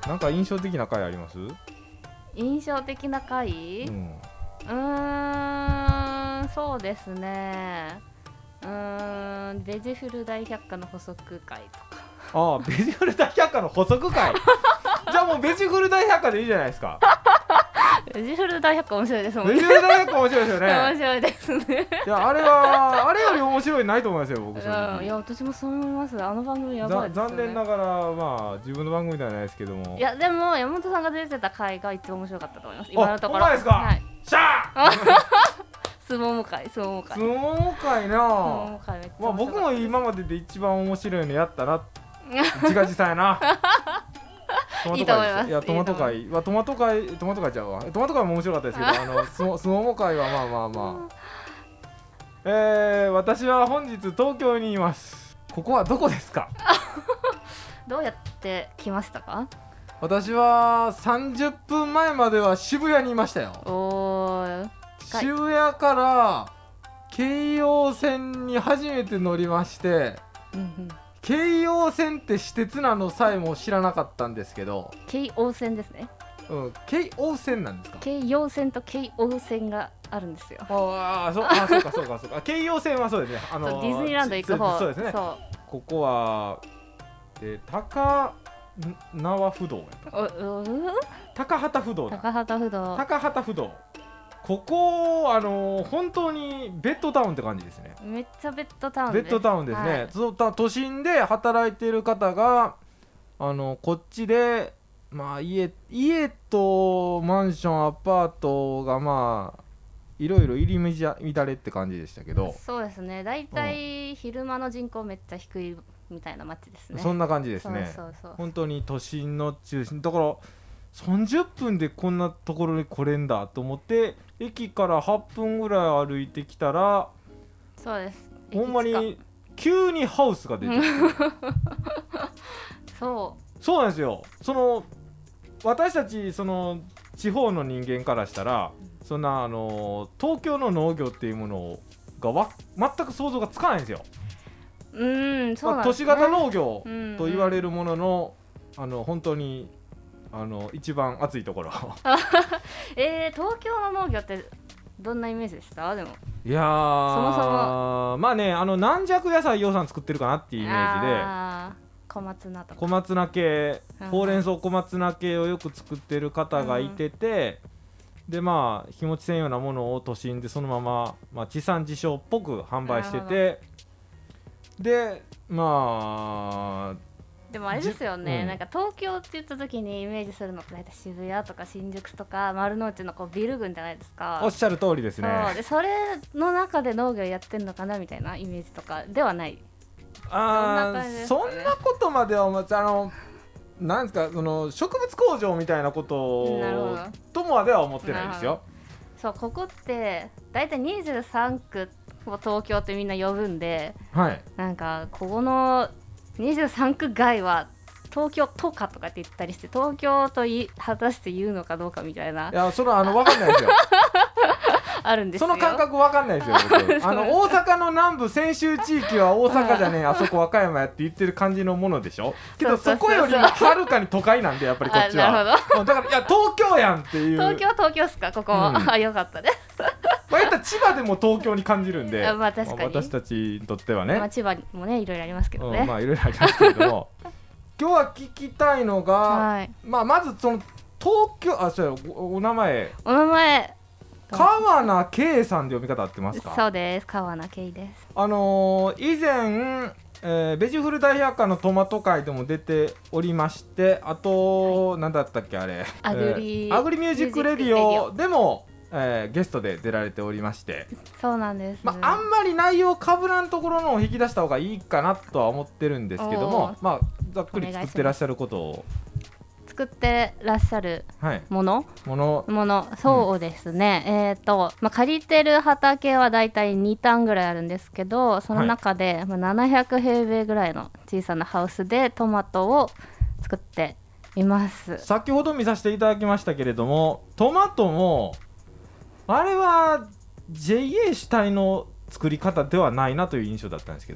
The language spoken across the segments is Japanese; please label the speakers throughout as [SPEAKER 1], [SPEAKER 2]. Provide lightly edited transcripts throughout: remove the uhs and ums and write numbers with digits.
[SPEAKER 1] なんか印象的な回あります？
[SPEAKER 2] 印象的な回、そうですね。ベジフル大百科の補足会とか。
[SPEAKER 1] ああ、ベジフル大百科の補足会じゃあもうベジフル大百科でいいじゃないですか。
[SPEAKER 2] ベジフル大百科面白いですもんね。
[SPEAKER 1] ベジフル大百科面白いですよね
[SPEAKER 2] 面白いですね。
[SPEAKER 1] いや、あれより面白いないと思いますよ、僕。
[SPEAKER 2] いや、私もそう思います。あの番組やばいですよね。
[SPEAKER 1] 残念ながら、まあ自分の番組ではないですけども。
[SPEAKER 2] いや、でも山本さんが出てた回が一番面白かったと思います。今のところ。
[SPEAKER 1] ほんまですか？
[SPEAKER 2] はい。
[SPEAKER 1] シャー
[SPEAKER 2] 相撲会。
[SPEAKER 1] 相撲会な。まあ僕も今までで一番面白いのやったな。自画自賛やな。
[SPEAKER 2] いいと思います。
[SPEAKER 1] いや、トマト会ちゃうわ。トマト会も面白かったですけど、相撲会はまあ。私は本日東京にいます。ここはどこですか？
[SPEAKER 2] どうやって来ましたか？
[SPEAKER 1] 私は30分前までは渋谷にいましたよ。渋谷から京葉線に初めて乗りまして、京葉線って私鉄なのさえも知らなかったんですけど。
[SPEAKER 2] 京王線ですね。
[SPEAKER 1] 京王線なんですか？
[SPEAKER 2] 京葉線と京王線があるんですよ。
[SPEAKER 1] そうか。京葉線はそうですね。
[SPEAKER 2] ディズニーランド行く方。
[SPEAKER 1] そうですね。ここは高輪不動やった高畑不動。ここ本当にベッドタウンって感じですね。
[SPEAKER 2] めっちゃベッドタウンです。
[SPEAKER 1] ベッドタウンですね。都心で働いている方がこっちでまあ家とマンションアパートがまあいろいろ入り乱れって感じでしたけど。
[SPEAKER 2] そうですね。だいたい昼間の人口めっちゃ低いみたいな街ですね。
[SPEAKER 1] そんな感じですね。本当に都心の中心だから30分でこんなところに来れんだと思って駅から8分ぐらい歩いてきたら、
[SPEAKER 2] そうです。
[SPEAKER 1] ほんまに急にハウスが出てきてそうなんですよ。私たち地方の人間からしたらそんな東京の農業っていうものが全く想像がつかないんですよ。
[SPEAKER 2] そうなんですね。
[SPEAKER 1] 都市型農業と言われるものの、本当に一番暑いところ
[SPEAKER 2] 東京の農業ってどんなイメージでした？でも
[SPEAKER 1] いやー、そもそもまあね、軟弱野菜養蚕作ってるかなっていうイメージで、
[SPEAKER 2] 小松菜とか
[SPEAKER 1] 小松菜系、ほうれん草小松菜系をよく作ってる方がいてて、でまあ日持ちせんようなものを都心でそのまま、地産地消っぽく販売してて、でまあ
[SPEAKER 2] でもあれですよね、なんか東京って言った時にイメージするのって大体渋谷とか新宿とか丸の内のこうビル群じゃないですか。
[SPEAKER 1] おっしゃる通りですね。
[SPEAKER 2] それの中で農業やってんのかなみたいなイメージとかではない。
[SPEAKER 1] そんなことまではなんですか、植物工場みたいなこととまでは思ってないですよ。
[SPEAKER 2] そう、ここって大体23区を東京ってみんな呼ぶんで、なんかここの23区外は東京都かとかって言ったりして、東京と果たして言うのかどうかみたいな。
[SPEAKER 1] いや、それは分かんないですよ
[SPEAKER 2] あるんですよ。
[SPEAKER 1] その感覚分かんないですよ僕大阪の南部泉州地域は大阪じゃねえあそこ和歌山やって言ってる感じのものでしょ。けどそこよりもはるかに都会なんでやっぱりこっちは。
[SPEAKER 2] なるほど。
[SPEAKER 1] だからいや東京やんっていう。
[SPEAKER 2] 東京っすかここは。よかったね。
[SPEAKER 1] やったら千葉でも東京に感じるんで、
[SPEAKER 2] 確かに
[SPEAKER 1] 私たちにとってはね、
[SPEAKER 2] 千葉もねいろいろありますけどね、
[SPEAKER 1] いろいろありますけれども今日は聞きたいのが、まずその東京そうやお名前川名圭さんで読み方合ってますか？
[SPEAKER 2] そうです、川名圭です。
[SPEAKER 1] 以前、ベジフル大百科のトマト会でも出ておりまして、あと、何だったっけあれ、
[SPEAKER 2] アグリ
[SPEAKER 1] ミュージックレディオでもゲストで出られておりまして、
[SPEAKER 2] そうなんです、
[SPEAKER 1] あんまり内容かぶらんところのを引き出した方がいいかなとは思ってるんですけども、ざっくり作ってらっしゃることを
[SPEAKER 2] 作ってらっしゃるもの、そうですね、借りてる畑はだいたい2単ぐらいあるんですけど、その中で700平米ぐらいの小さなハウスでトマトを作っています。
[SPEAKER 1] 先ほど見させていただきましたけれども、トマトもあれは JA 主体の作り方ではないなという印象だったんですけども、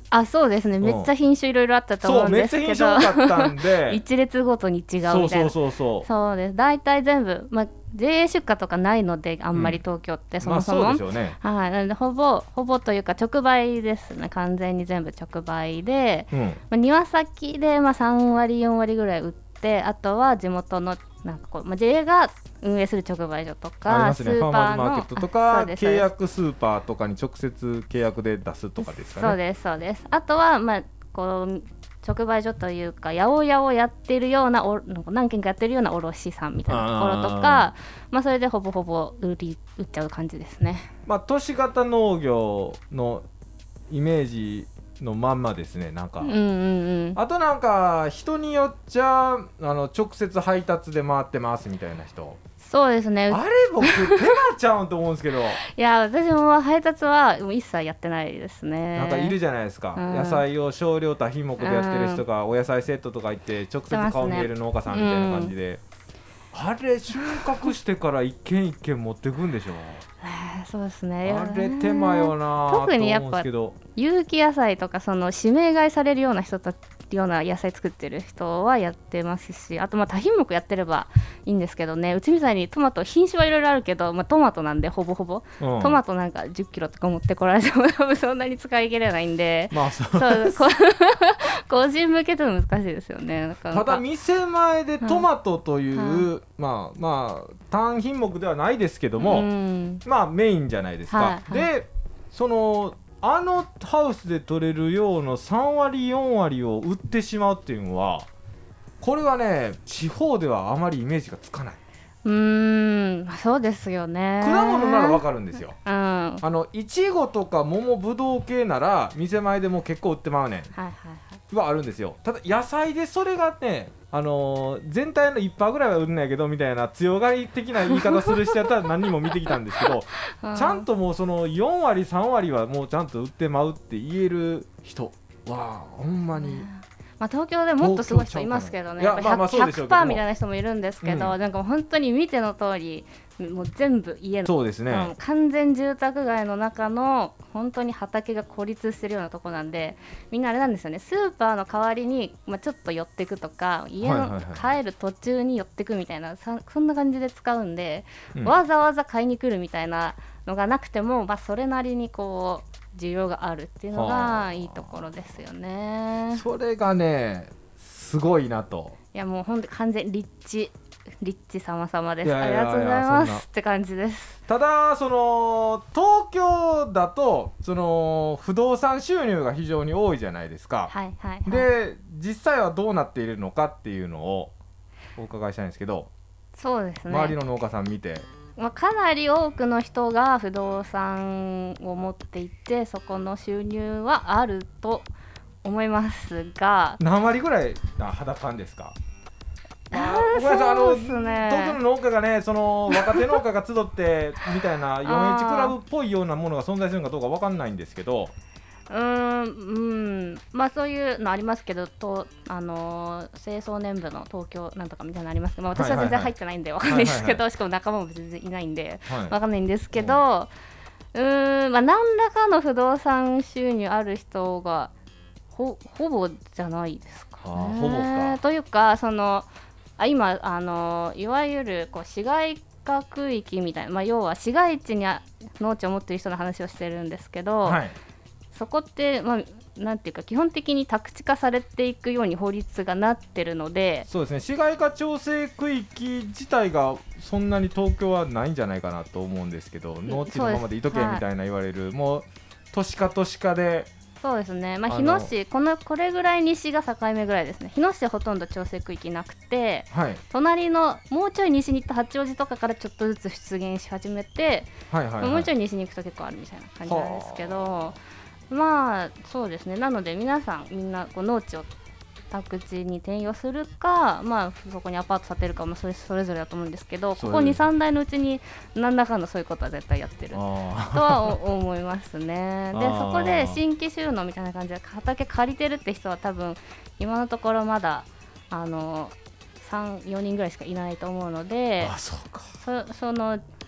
[SPEAKER 2] そうですね、めっちゃ品種いろいろあったと思うんですけど、
[SPEAKER 1] そうめっちゃ品種多かったんで
[SPEAKER 2] 一列ごとに違うみたいな。そうです。大体全部、JA 出荷とかないのであんまり東京ってそもそも、
[SPEAKER 1] そうでしょうね。
[SPEAKER 2] なのでほぼというか直売ですね。完全に全部直売で、庭先で3割4割ぐらい売って、あとは地元のなんかこう、JA が運営する直売所とか、スーパーの
[SPEAKER 1] ファーマーズマーケットとか契約スーパーとかに直接契約で出すとかですかね。
[SPEAKER 2] そうです。あとはこう直売所というか八百屋をやってるような何軒かやってるような卸さんみたいなところとか、それでほぼほぼ売っちゃう感じですね。
[SPEAKER 1] 都市型農業のイメージのまんまですね。なんか、あとなんか人によっちゃ直接配達で回ってますみたいな人。
[SPEAKER 2] そうですね。
[SPEAKER 1] あれ僕手間ちゃうんと思うんですけど
[SPEAKER 2] いや私も配達は一切やってないですね。
[SPEAKER 1] なんかいるじゃないですか、野菜を少量多品目でやってる人がお野菜セットとか行って直接顔見える農家さんみたいな感じで、あれ収穫してから一軒一軒持ってくんでしょ
[SPEAKER 2] そうですね。
[SPEAKER 1] あれ手間よなと思うんですけど、
[SPEAKER 2] 特にやっぱ有機野菜とかその指名買いされるような人たちような野菜作ってる人はやってますし、あと多品目やってればいいんですけどね。うちみたいにトマト品種はいろいろあるけど、トマトなんでほぼほぼ、トマトなんか10キロとか持ってこられても多分そんなに使い切れないんで、個人向けと難しいですよね。
[SPEAKER 1] ただ店前でトマトという、単品目ではないですけども、メインじゃないですか。でハウスで取れる量の3割4割を売ってしまうっていうのは、これはね地方ではあまりイメージがつかない。
[SPEAKER 2] そうですよね。
[SPEAKER 1] 果物ならわかるんですよ。いちごとか桃ぶどう系なら店前でも結構売ってまうねん、はあるんですよ。ただ野菜でそれがね、全体の 1% ぐらいは売るんやけどみたいな強がり的な言い方する人やったら何人も見てきたんですけどちゃんともうその4割3割はもうちゃんと売ってまうって言える人はほんまに、
[SPEAKER 2] 東京でもっとすごい人いますけどね。100% みたいな人もいるんですけど、なんか本当に見ての通りもう全部家の、
[SPEAKER 1] そうですね、
[SPEAKER 2] 完全住宅街の中の本当に畑が孤立してるようなとこなんで、みんなあれなんですよね。スーパーの代わりに、ちょっと寄ってくとか家の帰る途中に寄ってくみたいな、そんな感じで使うんで、わざわざ買いに来るみたいなのがなくても、それなりにこう需要があるっていうのがいいところですよね。
[SPEAKER 1] それがねすごいなと。
[SPEAKER 2] いやもう本当に完全立地様々です。ありがとうございますって感じです。
[SPEAKER 1] ただその東京だとその不動産収入が非常に多いじゃないですか。で実際はどうなっているのかっていうのをお伺いしたいんですけど。
[SPEAKER 2] そうですね。
[SPEAKER 1] 周りの農家さん見て。
[SPEAKER 2] かなり多くの人が不動産を持っていて、そこの収入はあると思いますが、
[SPEAKER 1] 何割ぐらい肌感ですか？ごめんなさい、東京の農家がね、その若手農家が集ってみたいな 4H クラブっぽいようなものが存在するのかどうか分かんないんですけど、
[SPEAKER 2] そういうのありますけど、清掃年部の東京なんとかみたいなのありますけど、私は全然入ってないんで分かんないですけど、しかも仲間も全然いないんで分かんないんですけど、何らかの不動産収入ある人がほぼじゃないですかね。
[SPEAKER 1] ほぼか
[SPEAKER 2] というか今いわゆるこう市街化区域みたいな、要は市街地に農地を持っている人の話をしてるんですけど、そこって、なんていうか基本的に宅地化されていくように法律がなってるので、
[SPEAKER 1] そうですね、市街化調整区域自体がそんなに東京はないんじゃないかなと思うんですけど、農地のままでいとけみたいな言われる、もう都市化で。
[SPEAKER 2] そうですね、日野市これぐらい西が境目ぐらいですね。日野市はほとんど調整区域なくて、隣のもうちょい西に行った八王子とかからちょっとずつ出現し始めて、もうちょい西に行くと結構あるみたいな感じなんですけど、そうですね。なのでみんなこう農地を宅地に転用するか、そこにアパート建てるかもそれぞれだと思うんですけど、ここ 2,3 代のうちに何らかのそういうことは絶対やってるとは思いますね。でそこで新規収納みたいな感じで畑借りてるって人は多分今のところまだ3、4人ぐらいしかいないと思うので、その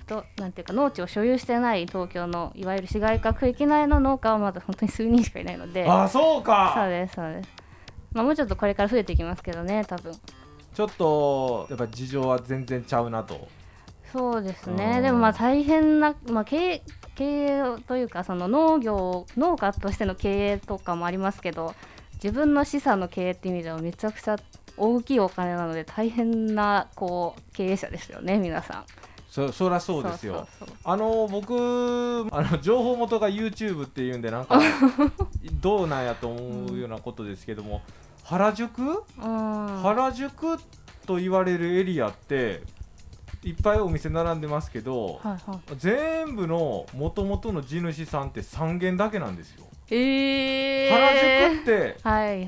[SPEAKER 2] なんていうか農地を所有してない東京のいわゆる市街化区域内の農家はまだ本当に数人しかいないので。
[SPEAKER 1] あ、そうか。
[SPEAKER 2] そうですそうです。もうちょっとこれから増えていきますけどね、多分。
[SPEAKER 1] ちょっとやっぱ事情は全然ちゃうなと。
[SPEAKER 2] そうですね。でも大変な、経営というかその農家としての経営とかもありますけど、自分の資産の経営っていう意味ではめちゃくちゃ大きいお金なので大変な経営者ですよね、皆さん。
[SPEAKER 1] そりゃそうですよ。僕情報元が YouTube っていうんでなんかどうなんやと思うようなことですけども、原宿と言われるエリアっていっぱいお店並んでますけど、全部の元々の地主さんって3軒だけなんですよ。原宿って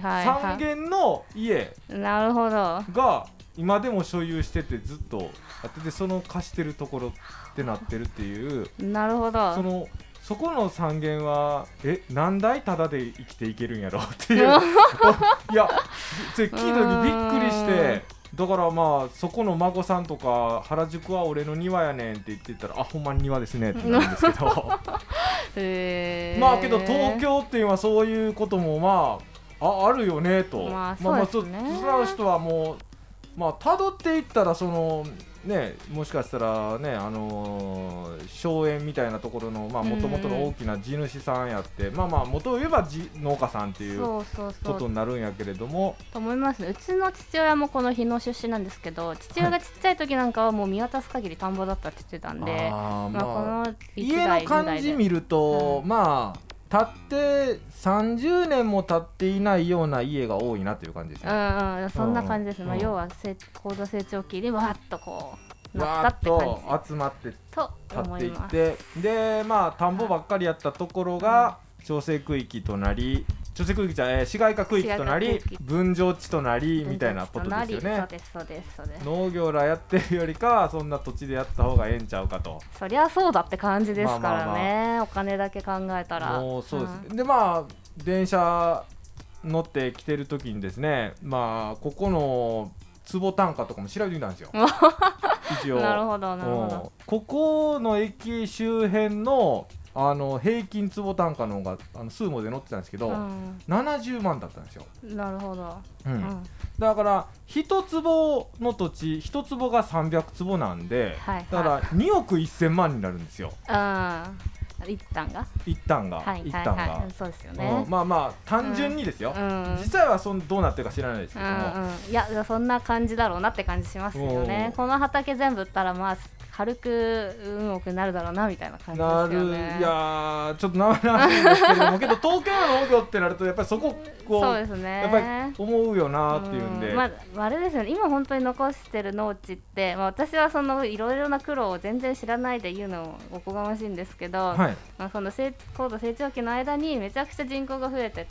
[SPEAKER 1] 3軒の家が今でも所有しててずっとあって、その貸してるところってなってるっていう。
[SPEAKER 2] なるほど。
[SPEAKER 1] そこの3軒は何代タダで生きていけるんやろっていういやそれ聞いた時びっくりして、だからそこの孫さんとか原宿は俺の庭やねんって言ってたら、あ、ほんまに庭ですねってなるんですけどけど東京っていうのはそういうこともあるよねと。
[SPEAKER 2] そうですね。
[SPEAKER 1] その人はもう辿っていったらもしかしたらね荘園みたいなところの元々の大きな地主さんやって、元を言えば農家さんっていうことになるんやけれども
[SPEAKER 2] と思いますね。うちの父親もこの日野出身なんですけど、父親がちっちゃい時なんかはもう見渡す限り田んぼだったって言ってたんで、この
[SPEAKER 1] 家の感じ見ると経って30年も経っていないような家が多いなという感じですね。
[SPEAKER 2] そんな感じです。要は高度成長期でわーっとなったって感じ、
[SPEAKER 1] わーっと集まって立っていって、で田んぼばっかりやったところが調整区域となり、市街化区域となり分譲地となりみたいなことですよね。
[SPEAKER 2] そうです。
[SPEAKER 1] 農業らやってるよりかはそんな土地でやった方がええんちゃうかと。
[SPEAKER 2] そりゃそうだって感じですからね、お金だけ考えたら。
[SPEAKER 1] もうそうです。で電車乗ってきてる時にですね、ここの坪単価とかも調べてみたんですよ一応。
[SPEAKER 2] なるほど。
[SPEAKER 1] ここの駅周辺の平均坪単価の方がスーモで載ってたんですけど、70万だったんですよ。
[SPEAKER 2] なるほど。
[SPEAKER 1] だから1坪の土地1坪が300坪なんで、だから2億1000万になるんですよ。
[SPEAKER 2] 一旦がそうですよね。
[SPEAKER 1] 単純にですよ、実際はどうなってるか知らないですけども、
[SPEAKER 2] いやそんな感じだろうなって感じしますよね。この畑全部売ったら軽く運多くなるだろうなみたいな感じですよね。
[SPEAKER 1] いやちょっと生々しいんですけどもけど東京の農業ってなるとやっぱりそこ
[SPEAKER 2] そうですね、
[SPEAKER 1] やっぱり思うよなっていうんで、
[SPEAKER 2] あれですよね、今本当に残してる農地って、私はいろいろな苦労を全然知らないで言うのもおこがましいんですけど、その高度成長期の間にめちゃくちゃ人口が増えてって、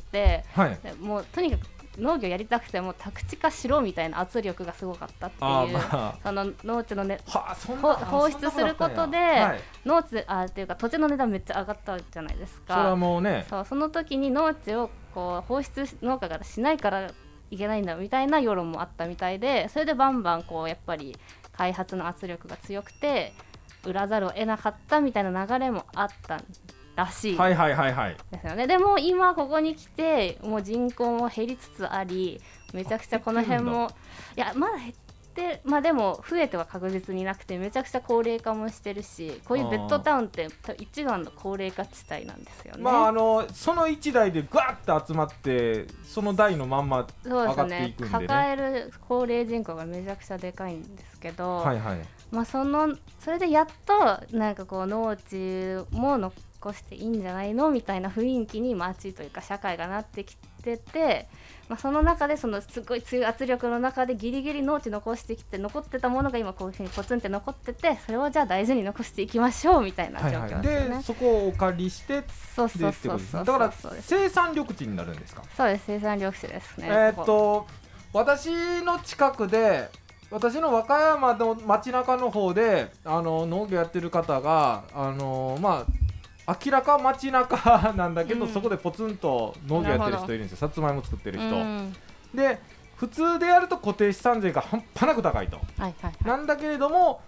[SPEAKER 2] もうとにかく農業やりたくても宅地化しろみたいな圧力がすごかったっていう、その農地の放出することで、農地っていうか土地の値段めっちゃ上がったじゃないですか。
[SPEAKER 1] それはもうね、
[SPEAKER 2] その時に農地を放出農家がしないからいけないんだみたいな世論もあったみたいで、それでバンバンやっぱり開発の圧力が強くて売らざるを得なかったみたいな流れもあったらしいですよね。でも今ここに来てもう人口も減りつつあり、めちゃくちゃこの辺もまだ減ってでも増えては確実になくて、めちゃくちゃ高齢化もしてるし、こういうベッドタウンって一番の高齢化地帯なんですよね。
[SPEAKER 1] その一台でガーッと集まってその台のまんま上がっていくんでね、
[SPEAKER 2] 抱える高齢人口がめちゃくちゃでかいんですけど、それでやっと農地も残していいんじゃないのみたいな雰囲気に街というか社会がなってきてて、その中ですごい強い圧力の中でギリギリ農地残してきて、残ってたものが今こういうふうにポツンって残ってて、それをじゃあ大事に残していきましょうみたいな状況ですよね。
[SPEAKER 1] でそこをお借りして
[SPEAKER 2] そう
[SPEAKER 1] だから生産緑地になるんですか。
[SPEAKER 2] そうです、生産緑地ですね。
[SPEAKER 1] 私の近くで、私の和歌山の街中の方で農業やってる方が明らか街中なんだけど、そこでポツンと農業やってる人いるんですよ。さつまいも作ってる人、で普通でやると固定資産税が半端なく高いと、なんだけれども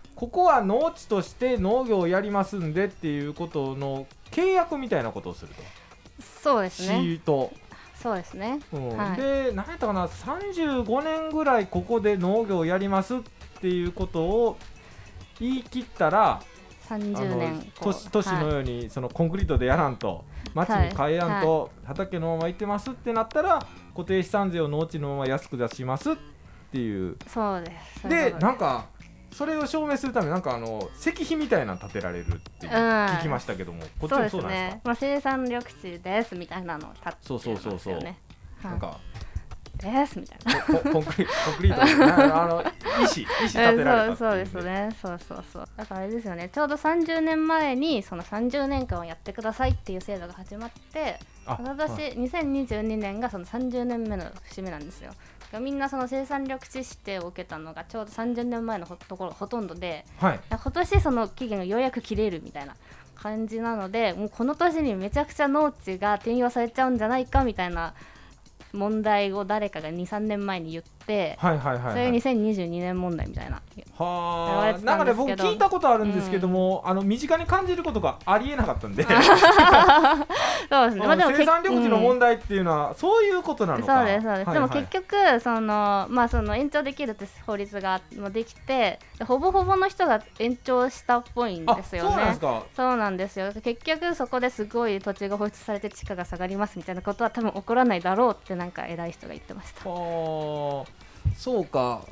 [SPEAKER 1] ここは農地として農業をやりますんでっていうことの契約みたいなことをすると。
[SPEAKER 2] そうですね。
[SPEAKER 1] 市と。
[SPEAKER 2] そうですね、
[SPEAKER 1] はい、で何やったかな、35年ぐらいここで農業をやりますっていうことを言い切ったら
[SPEAKER 2] 30年
[SPEAKER 1] 都市のようにそのコンクリートでやらんと、町に変えやんと、畑のまま行ってますってなったら固定資産税を農地のまま安く出しますっていう。
[SPEAKER 2] そうです。
[SPEAKER 1] でなんかそれを証明するためになんか石碑みたいなの建てられるって聞きましたけども、こっちもそうなんですか？そうですね、
[SPEAKER 2] 生産緑地ですみたいなのを建ててますよね。そう
[SPEAKER 1] なんか
[SPEAKER 2] ですみたいな
[SPEAKER 1] コンクリート石建てられたっていう、
[SPEAKER 2] そうですね。そうだからあれですよね、ちょうど30年前にその30年間をやってくださいっていう制度が始まって、2022年がその30年目の節目なんですよ。みんなその生産緑地指定を受けたのがちょうど30年前のところほとんどで、今年その期限がようやく切れるみたいな感じなので、もうこの年にめちゃくちゃ農地が転用されちゃうんじゃないかみたいな問題を誰かが 2,3 年前に言って、それが2022年問題みたいな
[SPEAKER 1] なんかね、僕聞いたことあるんですけども、身近に感じることがありえなかったんで
[SPEAKER 2] そうですね、
[SPEAKER 1] 生産緑地の問題っていうのはそういうことなのか。
[SPEAKER 2] そうです、でも結局その延長できるって法律ができて、ほぼほぼの人が延長したっぽいんですよね。そうなんですよ。結局そこですごい土地が放出されて地価が下がりますみたいなことは多分起こらないだろうってなんか偉い人が言ってました。
[SPEAKER 1] そうか。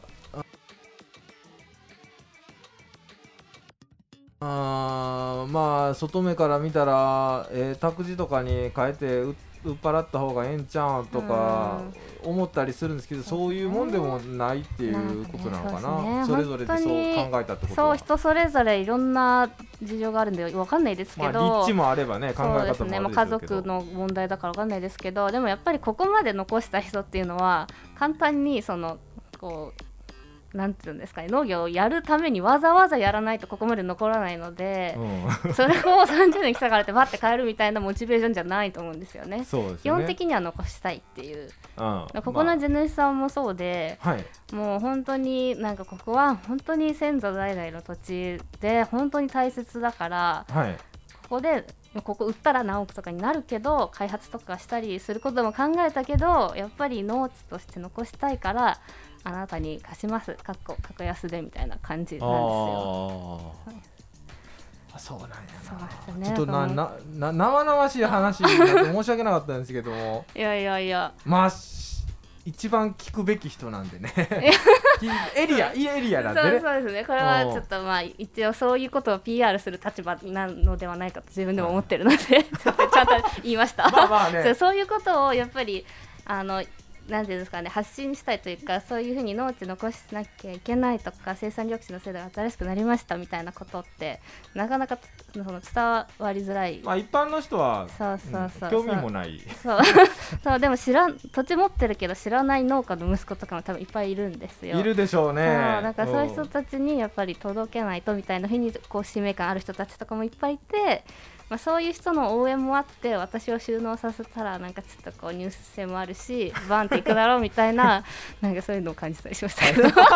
[SPEAKER 1] まあ外目から見たら託児とかに変えて売っ払った方がええんちゃうんとか思ったりするんですけど、そういうもんでもないっていうことなのかな。それぞれでそう考えたってことは、
[SPEAKER 2] そう人それぞれいろんな事情があるんで分かんないですけど、
[SPEAKER 1] 立地もあればね、考え方もあるでしょうけど、
[SPEAKER 2] 家族の問題だから分かんないですけど、でもやっぱりここまで残した人っていうのは簡単にそのこうなんていうんですかね、農業をやるためにわざわざやらないとここまで残らないので、それを30年来たからってバッて変えるみたいなモチベーションじゃないと思うんですよね。基本的には残したいっていう、ここの地主さんもそうで、もう本当になんかここは本当に先祖代々の土地で本当に大切だから、ここ売ったら何億とかになるけど開発とかしたりすることも考えたけど、やっぱり農地として残したいからあなたに貸します格安でみたいな感じなんですよ。
[SPEAKER 1] そうなんやな。ちょっと生々しい話になって申し訳なかったんですけども
[SPEAKER 2] いや
[SPEAKER 1] まあ一番聞くべき人なんでねエリアなんでね。
[SPEAKER 2] そうですね。これはちょっと一応そういうことを PR する立場なのではないかと自分でも思ってるのでちゃんと言いましたそういうことをやっぱりなんていうんですかね、発信したいというか、そういうふうに農地残しなきゃいけないとか、生産緑地の制度が新しくなりましたみたいなことってなかなか伝わりづらい。
[SPEAKER 1] 一般の人は興味もない。
[SPEAKER 2] そうでも土地持ってるけど知らない農家の息子とかも多分いっぱいいるんですよ。
[SPEAKER 1] いるでしょうね。
[SPEAKER 2] だからそういう人たちにやっぱり届けないとみたいなふうにこう使命感ある人たちとかもいっぱいいて、そういう人の応援もあって私を収納させたらなんかちょっとこうニュース性もあるしバンっていくだろうみたいななんかそういうのを感じたりしましたけどけど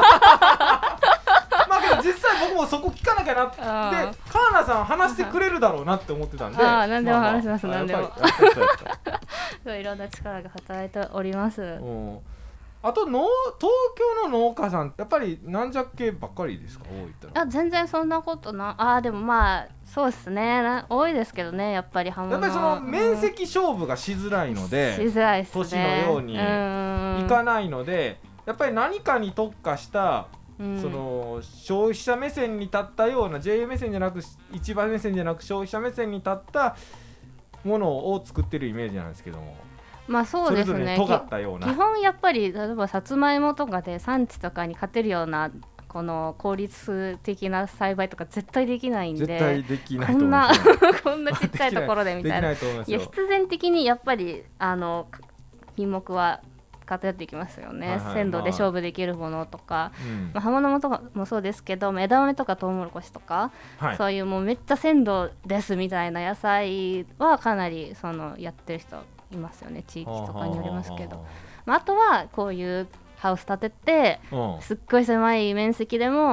[SPEAKER 1] 実際僕もそこ聞かなきゃなって川名さん話してくれるだろうなって思ってたんで、
[SPEAKER 2] 何でも話します。何でもいろんな力が働いております。
[SPEAKER 1] あと東京の農家さんやっぱり軟弱系ばっかりですか？多いったら
[SPEAKER 2] 全然そんなことでもそうですね、多いですけどね。やっぱりそ
[SPEAKER 1] の面積勝負がしづらいので、
[SPEAKER 2] しづらいですね。
[SPEAKER 1] 都市のようにいかないので、やっぱり何かに特化したその消費者目線に立ったような JA 目線じゃなく市場目線じゃなく消費者目線に立ったものを作ってるイメージなんですけども、
[SPEAKER 2] そうですね。
[SPEAKER 1] 尖ったような
[SPEAKER 2] 基本やっぱり例えばさつまいもとかで産地とかに勝てるようなこの効率的な栽培とか絶対できないんで、
[SPEAKER 1] 絶対できないと思います。
[SPEAKER 2] こんなちっちゃいところでみたいな。必然的にやっぱり品目は偏っていきますよね。鮮度で勝負できるものとか、葉物とかもそうですけど、枝豆とかトウモロコシとか、そういうもうめっちゃ鮮度ですみたいな野菜はかなりやってる人いますよね。地域とかによりますけど、あとはこういうハウス建ててすっごい狭い面積でも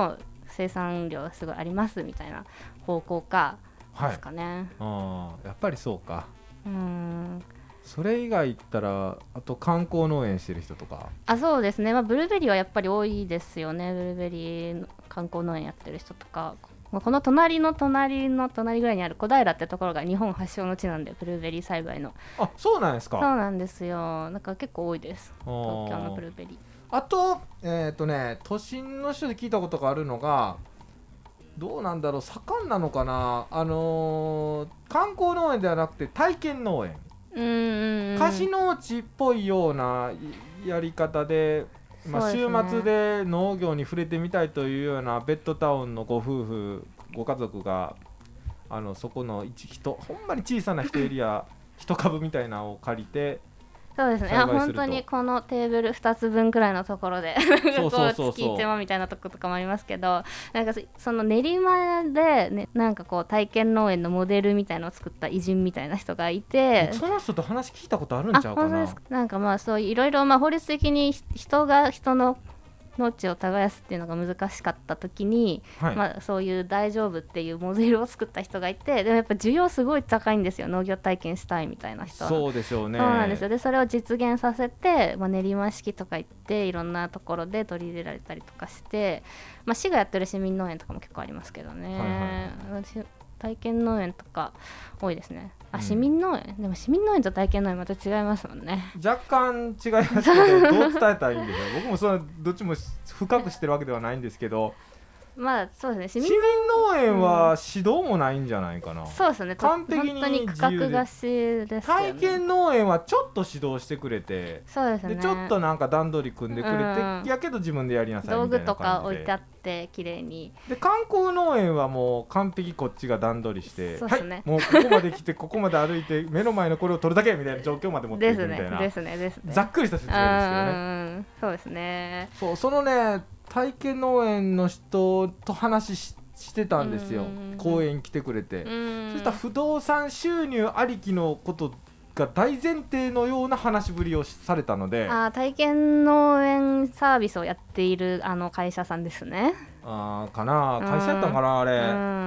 [SPEAKER 2] 生産量すごいありますみたいな方向かですかね。
[SPEAKER 1] やっぱりそうか。それ以外言ったらあと観光農園してる人とか。
[SPEAKER 2] そうですね、ブルーベリーはやっぱり多いですよね。ブルーベリー観光農園やってる人とか、この隣の隣の隣ぐらいにある小平ってところが日本発祥の地なんで、ブルーベリー栽培の。
[SPEAKER 1] そうなんですか。
[SPEAKER 2] そうなんですよ。なんか結構多いです、東京のブルーベリー。
[SPEAKER 1] あと都心の人で聞いたことがあるのが、どうなんだろう、盛んなのかな、観光農園ではなくて体験農園、貸し農地っぽいようなやり方で、週末で農業に触れてみたいというようなベッドタウンのご夫婦ご家族がそこのほんまに小さな一エリア一株みたいなのを借りて。
[SPEAKER 2] そうですね、本当にこのテーブル2つ分くらいのところで月1万みたいなとことかもありますけど、なんかその練馬で、ね、なんかこう体験農園のモデルみたいなのを作った偉人みたいな人がいて、
[SPEAKER 1] その人と話聞いたことあるんちゃうかな。
[SPEAKER 2] 本当ですか。なんかそういういろいろ法律的に人が人の農地を耕すっていうのが難しかった時に、そういう大丈夫っていうモデルを作った人がいて、でもやっぱ需要すごい高いんですよ、農業体験したいみたいな人は。
[SPEAKER 1] そうでしょうね。
[SPEAKER 2] そうなんですよ。でそれを実現させて、練馬式とか行っていろんなところで取り入れられたりとかして、市がやってる市民農園とかも結構ありますけどね、体験農園とか多いですね。市民農園、でも市民農園と体験農園また違いますもんね。
[SPEAKER 1] 若干違いますけどどう伝えたらいいんでしょう。僕もそのどっちも深くしてるわけではないんですけど、
[SPEAKER 2] そうですね、
[SPEAKER 1] 市民農園は指導もないんじゃないかな。
[SPEAKER 2] そうですね、
[SPEAKER 1] 完璧に自由で、
[SPEAKER 2] 本当に区画貸しですよね。
[SPEAKER 1] 体験農園はちょっと指導してくれて、
[SPEAKER 2] そうですね、
[SPEAKER 1] でちょっとなんか段取り組んでくれて、やけど自分でやりなさいみたいな感じで、
[SPEAKER 2] 道具とか置いてあって綺麗に。
[SPEAKER 1] で観光農園はもう完璧こっちが段取りして、
[SPEAKER 2] そうですね、
[SPEAKER 1] もうここまで来てここまで歩いて目の前のこれを取るだけみたいな状況まで持っていくみたいな
[SPEAKER 2] ですね
[SPEAKER 1] ざっくりした説明ですけどね。
[SPEAKER 2] そうですね。
[SPEAKER 1] そのね体験農園の人と話してたんですよ。公園来てくれて、そしたら不動産収入ありきのことが大前提のような話ぶりをされたので、
[SPEAKER 2] 体験農園サービスをやっている会社さんですね。
[SPEAKER 1] かな、会社やったのかなあれ。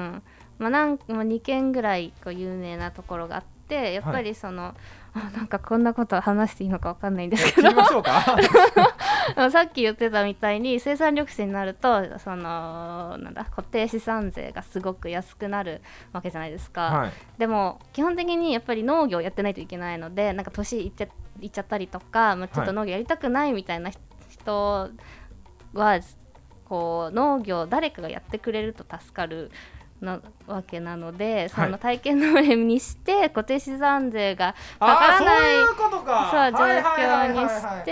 [SPEAKER 2] 2軒ぐらい有名なところがあって、やっぱりなんかこんなこと話していいのか分かんないんですけど、
[SPEAKER 1] 聞きましょうか
[SPEAKER 2] さっき言ってたみたいに生産緑地になると固定資産税がすごく安くなるわけじゃないですか、でも基本的にやっぱり農業やってないといけないので、なんか年いっちゃったりとか、ちょっと農業やりたくないみたいな人はこう農業誰かがやってくれると助かるわけなので、その体験農園にして固定資産税がかからない状況にして、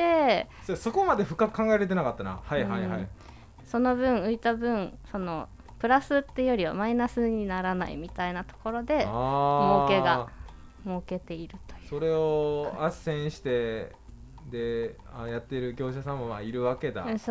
[SPEAKER 1] そこまで深く考えられてなかったな。
[SPEAKER 2] その分浮いた分プラスっていうよりはマイナスにならないみたいなところで儲けているという。
[SPEAKER 1] それを斡旋してでやっている業者さんもいるわけだ。
[SPEAKER 2] そうです。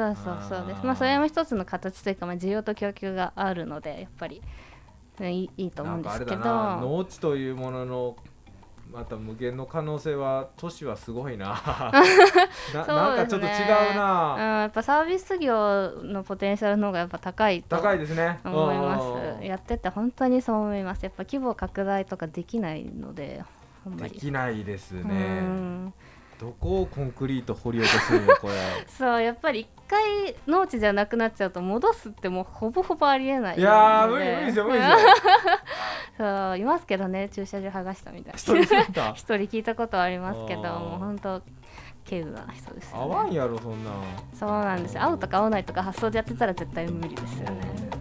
[SPEAKER 2] それも一つの形というか、需要と供給があるのでやっぱりいいと思うんですけど、
[SPEAKER 1] なんかあれだな、農地というもののまた無限の可能性は都市はすごいななんかちょっと違うな、
[SPEAKER 2] やっぱサービス業のポテンシャルの方がやっぱ高い
[SPEAKER 1] ですね
[SPEAKER 2] 思います。やってて本当にそう思います。やっぱ規模拡大とかできないので、
[SPEAKER 1] できないですね。どこをコンクリート掘り落とすんよこれ
[SPEAKER 2] そうやっぱり一回農地じゃなくなっちゃうと戻すってもうほぼほぼありえない。
[SPEAKER 1] いや無理ですよ
[SPEAKER 2] そういますけどね、駐車場剥がしたみたいな一人聞いたことはありますけど、もう本当稀有な人ですよね。
[SPEAKER 1] 合わんやろそんな。
[SPEAKER 2] そうなんですよ。合うとか合わないとか発想でやってたら絶対無理ですよね。